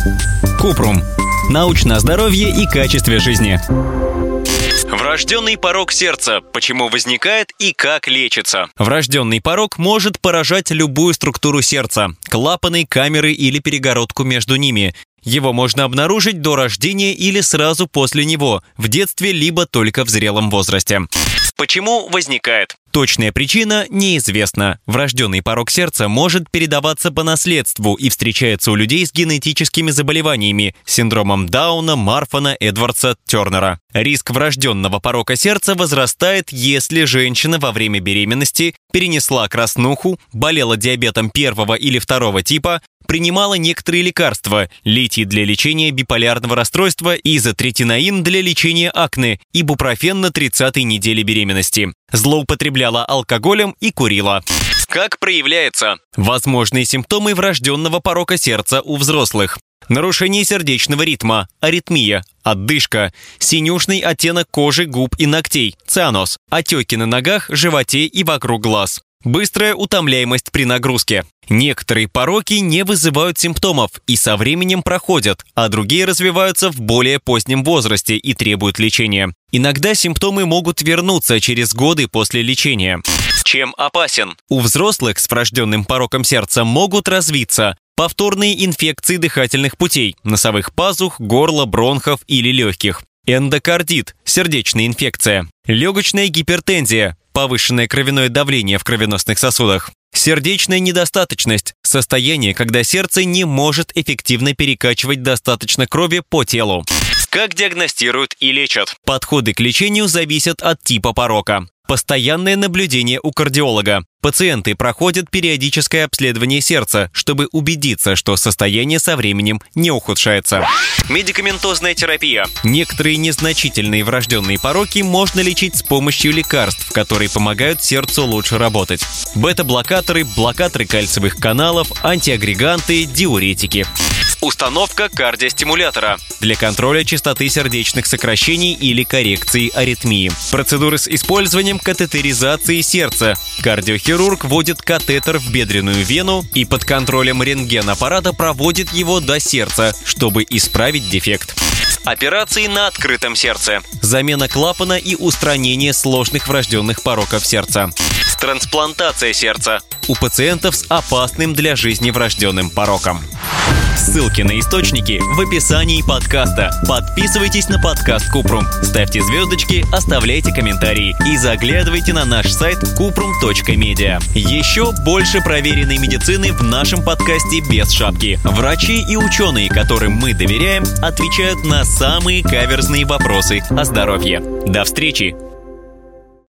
Купрум. Научное здоровье и качестве жизни. Врожденный порок сердца. Почему возникает и как лечится? Врожденный порок может поражать любую структуру сердца – клапаны, камеры или перегородку между ними. Его можно обнаружить до рождения или сразу после него, в детстве либо только в зрелом возрасте. Почему возникает? Точная причина неизвестна. Врожденный порок сердца может передаваться по наследству и встречается у людей с генетическими заболеваниями – синдромом Дауна, Марфана, Эдвардса, Тернера. Риск врожденного порока сердца возрастает, если женщина во время беременности перенесла краснуху, болела диабетом 1 или 2 типа, принимала некоторые лекарства – литий для лечения биполярного расстройства, изотретинаин для лечения акне, ибупрофен на 30-й неделе беременности. Злоупотребляла алкоголем и курила. Как проявляется? Возможные симптомы врожденного порока сердца у взрослых. Нарушение сердечного ритма, аритмия, отдышка, синюшный оттенок кожи, губ и ногтей, цианоз, отеки на ногах, животе и вокруг глаз. Быстрая утомляемость при нагрузке. Некоторые пороки не вызывают симптомов и со временем проходят, а другие развиваются в более позднем возрасте и требуют лечения. Иногда симптомы могут вернуться через годы после лечения. Чем опасен? У взрослых с врожденным пороком сердца могут развиться повторные инфекции дыхательных путей, носовых пазух, горла, бронхов или легких. Эндокардит – сердечная инфекция. Легочная гипертензия – повышенное кровяное давление в кровеносных сосудах. Сердечная недостаточность – состояние, когда сердце не может эффективно перекачивать достаточно крови по телу. Как диагностируют и лечат? Подходы к лечению зависят от типа порока. Постоянное наблюдение у кардиолога. Пациенты проходят периодическое обследование сердца, чтобы убедиться, что состояние со временем не ухудшается. Медикаментозная терапия. Некоторые незначительные врожденные пороки можно лечить с помощью лекарств, которые помогают сердцу лучше работать. Бета-блокаторы, блокаторы кальциевых каналов, антиагреганты, диуретики. Установка кардиостимулятора. Для контроля частоты сердечных сокращений или коррекции аритмии. Процедуры с использованием катетеризации сердца. Кардиохирург вводит катетер в бедренную вену и под контролем рентген-аппарата проводит его до сердца, чтобы исправить дефект. Операции на открытом сердце. Замена клапана и устранение сложных врожденных пороков сердца. Трансплантация сердца. У пациентов с опасным для жизни врожденным пороком. Ссылки на источники в описании подкаста. Подписывайтесь на подкаст Купрум, ставьте звездочки, оставляйте комментарии и заглядывайте на наш сайт kuprum.media. Еще больше проверенной медицины в нашем подкасте без шапки. Врачи и ученые, которым мы доверяем, отвечают на самые каверзные вопросы о здоровье. До встречи!